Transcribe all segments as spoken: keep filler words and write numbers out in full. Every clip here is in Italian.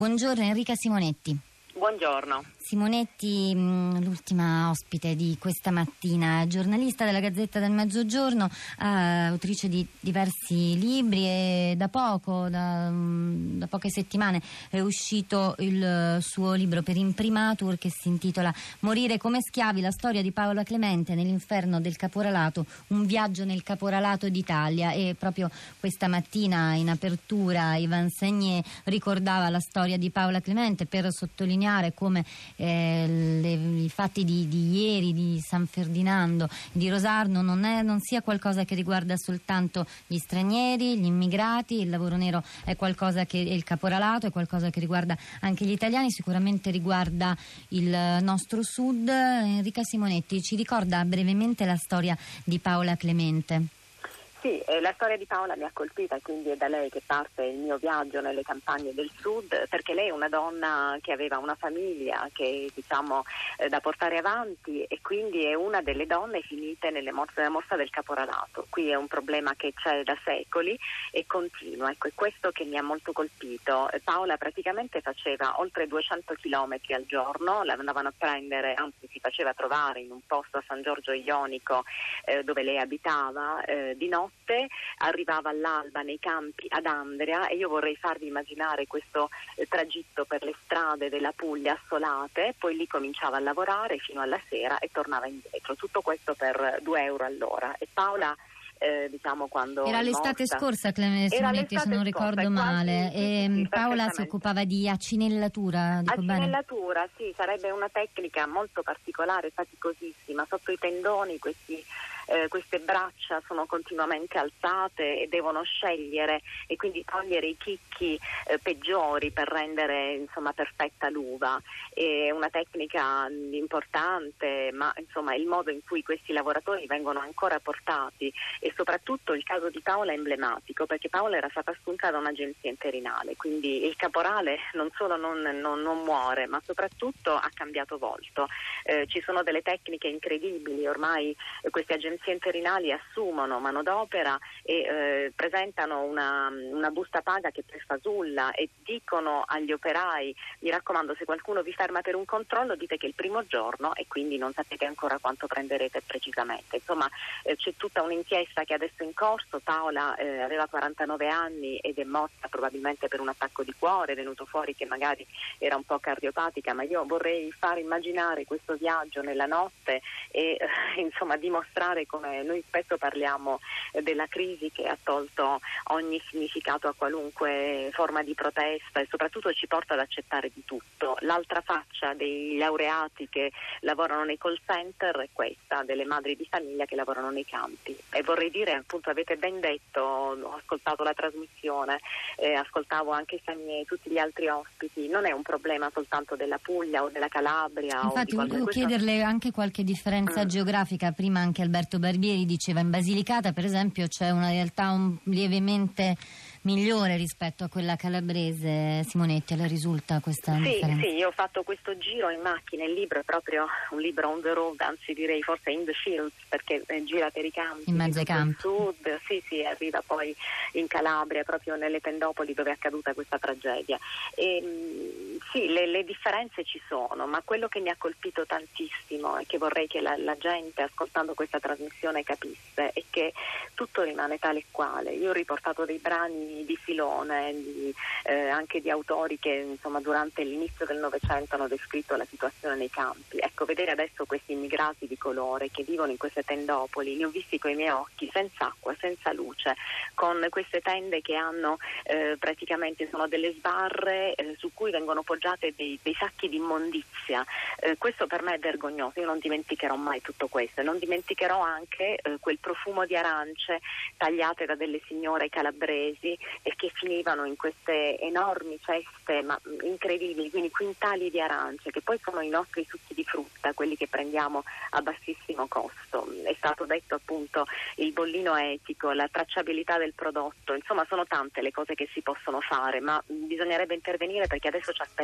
Buongiorno Enrica Simonetti. Buongiorno. Simonetti, l'ultima ospite di questa mattina, giornalista della Gazzetta del Mezzogiorno, autrice di diversi libri e da poco, da, da poche settimane, è uscito il suo libro per imprimatur che si intitola Morire come schiavi, la storia di Paola Clemente nell'inferno del caporalato, un viaggio nel caporalato d'Italia. E proprio questa mattina in apertura Ivan Segné ricordava la storia di Paola Clemente per sottolineare come Eh, le, i fatti di, di ieri di San Ferdinando, di Rosarno non, è, non sia qualcosa che riguarda soltanto gli stranieri, gli immigrati. Il lavoro nero è qualcosa che il caporalato è qualcosa che riguarda anche gli italiani, sicuramente riguarda il nostro sud. Enrica Simonetti ci ricorda brevemente la storia di Paola Clemente. Sì, eh, la storia di Paola mi ha colpita e quindi è da lei che parte il mio viaggio nelle campagne del sud, perché lei è una donna che aveva una famiglia che diciamo eh, da portare avanti e quindi è una delle donne finite nelle mor- nella morsa del caporalato. Qui è un problema che c'è da secoli e continua, ecco, è questo che mi ha molto colpito. Eh, Paola praticamente faceva oltre duecento chilometri al giorno, la andavano a prendere, anzi si faceva trovare in un posto a San Giorgio Ionico eh, dove lei abitava eh, di notte. Arrivava all'alba nei campi ad Andria e io vorrei farvi immaginare questo eh, tragitto per le strade della Puglia assolate, poi lì cominciava a lavorare fino alla sera e tornava indietro, tutto questo per due euro all'ora. E Paola Eh, diciamo quando era l'estate morta, scorsa, Clemente Simonetti, se non ricordo scorsa, male, quasi, e sì, sì, Paola si occupava di accinellatura. Accinellatura, sì, sarebbe una tecnica molto particolare, faticosissima. Sotto i tendoni questi, eh, queste braccia sono continuamente alzate e devono scegliere e quindi togliere i chicchi eh, peggiori per rendere insomma perfetta l'uva. È una tecnica importante, ma insomma il modo in cui questi lavoratori vengono ancora portati e soprattutto il caso di Paola è emblematico, perché Paola era stata assunta da un'agenzia interinale, quindi il caporale non solo non, non, non muore, ma soprattutto ha cambiato volto. Eh, ci sono delle tecniche incredibili, ormai eh, queste agenzie interinali assumono manodopera e eh, presentano una, una busta paga che poi fasulla e dicono agli operai: mi raccomando, se qualcuno vi ferma per un controllo dite che è il primo giorno e quindi non sapete ancora quanto prenderete precisamente. Insomma eh, c'è tutta un'inchiesta che adesso è in corso. Paola eh, aveva quarantanove anni ed è morta probabilmente per un attacco di cuore, è venuto fuori che magari era un po' cardiopatica, ma io vorrei far immaginare questo viaggio nella notte e eh, insomma dimostrare come noi spesso parliamo eh, della crisi che ha tolto ogni significato a qualunque forma di protesta e soprattutto ci porta ad accettare di tutto. L'altra faccia dei laureati che lavorano nei call center è questa, delle madri di famiglia che lavorano nei campi. E vorrei dire, appunto, avete ben detto, ho ascoltato la trasmissione, eh, ascoltavo anche Sagné e tutti gli altri ospiti, non è un problema soltanto della Puglia o della Calabria. Infatti o di volevo questo... chiederle anche qualche differenza mm. geografica. Prima anche Alberto Barbieri diceva in Basilicata per esempio c'è una realtà un, lievemente migliore rispetto a quella calabrese. Simonetti, le risulta questa sì, differenza? Sì, io ho fatto questo giro in macchina, il libro è proprio un libro on the road, anzi direi forse in the fields, perché eh, gira per i campi, in mezzo ai campi, sud, sì sì, arriva poi in Calabria, proprio nelle tendopoli dove è accaduta questa tragedia. E, mh, sì, le, le differenze ci sono, ma quello che mi ha colpito tantissimo e che vorrei che la, la gente ascoltando questa trasmissione capisse è che tutto rimane tale e quale. Io ho riportato dei brani di filone, di, eh, anche di autori che insomma durante l'inizio del Novecento hanno descritto la situazione nei campi. Ecco, vedere adesso questi immigrati di colore che vivono in queste tendopoli, li ho visti coi miei occhi, senza acqua, senza luce, con queste tende che hanno eh, praticamente sono delle sbarre eh, su cui vengono poggiate dei, dei sacchi di immondizia. Eh, questo per me è vergognoso, io non dimenticherò mai tutto questo e non dimenticherò anche eh, quel profumo di arance tagliate da delle signore calabresi e che finivano in queste enormi ceste ma incredibili, quindi quintali di arance che poi sono i nostri succhi di frutta, quelli che prendiamo a bassissimo costo. È stato detto appunto il bollino etico, la tracciabilità del prodotto, insomma sono tante le cose che si possono fare, ma bisognerebbe intervenire perché adesso ci aspetta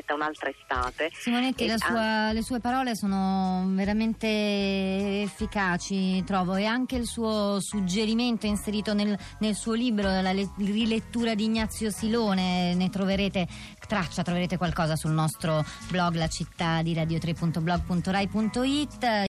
aspetta un'altra estate. Simonetti, la sua, le sue parole sono veramente efficaci, trovo, e anche il suo suggerimento inserito nel, nel suo libro, la le, rilettura di Ignazio Silone, ne troverete traccia, troverete qualcosa sul nostro blog, la città di radio tre punto blog punto rai punto it.